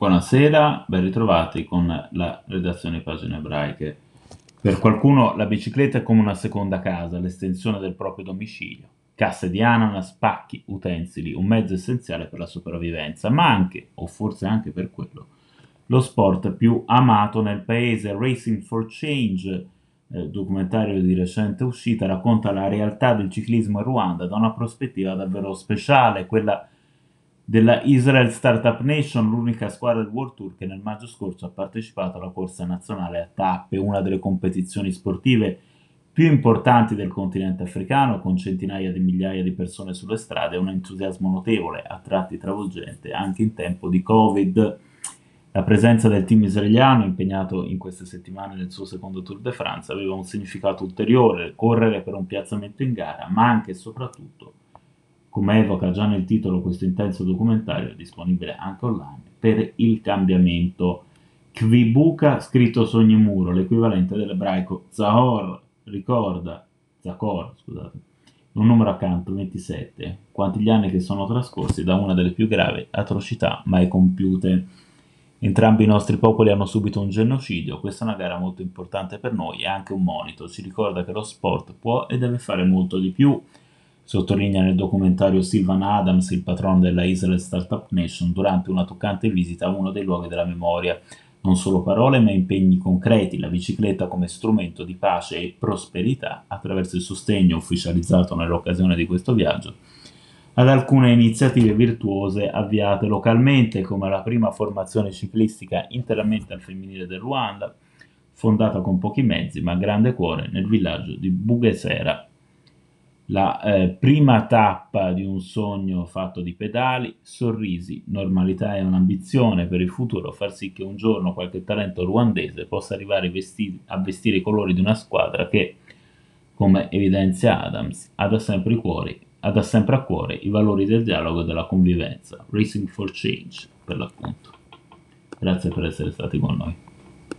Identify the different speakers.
Speaker 1: Buonasera, ben ritrovati con la redazione Pagine Ebraiche. Per qualcuno la bicicletta è come una seconda casa, l'estensione del proprio domicilio. Casse di ananas, pacchi, utensili, un mezzo essenziale per la sopravvivenza, ma anche, o forse anche per quello, lo sport più amato nel paese. Racing for Change, documentario di recente uscita, racconta la realtà del ciclismo in Ruanda da una prospettiva davvero speciale, quella della Israel Startup Nation, l'unica squadra del World Tour che nel maggio scorso ha partecipato alla corsa nazionale a tappe, una delle competizioni sportive più importanti del continente africano, con centinaia di migliaia di persone sulle strade e un entusiasmo notevole, a tratti travolgente, anche in tempo di Covid. La presenza del team israeliano, impegnato in queste settimane nel suo secondo Tour de France, aveva un significato ulteriore: correre per un piazzamento in gara, ma anche e soprattutto, come evoca già nel titolo questo intenso documentario, disponibile anche online, per il cambiamento. Kvibuka, scritto su ogni muro, l'equivalente dell'ebraico Zahor, ricorda, Zachor, scusate, un numero accanto, 27, quanti gli anni che sono trascorsi da una delle più gravi atrocità mai compiute. Entrambi i nostri popoli hanno subito un genocidio, questa è una gara molto importante per noi e anche un monito, ci ricorda che lo sport può e deve fare molto di più. Sottolinea nel documentario Sylvan Adams, il patrono della Israel Startup Nation, durante una toccante visita a uno dei luoghi della memoria. Non solo parole, ma impegni concreti, la bicicletta come strumento di pace e prosperità, attraverso il sostegno ufficializzato nell'occasione di questo viaggio ad alcune iniziative virtuose avviate localmente, come la prima formazione ciclistica interamente al femminile del Ruanda, fondata con pochi mezzi ma grande cuore nel villaggio di Bugesera. La prima tappa di un sogno fatto di pedali, sorrisi, normalità e un'ambizione per il futuro, far sì che un giorno qualche talento ruandese possa arrivare a vestire i colori di una squadra che, come evidenzia Adams, ha da sempre a cuore i valori del dialogo e della convivenza. Racing for Change, per l'appunto. Grazie per essere stati con noi.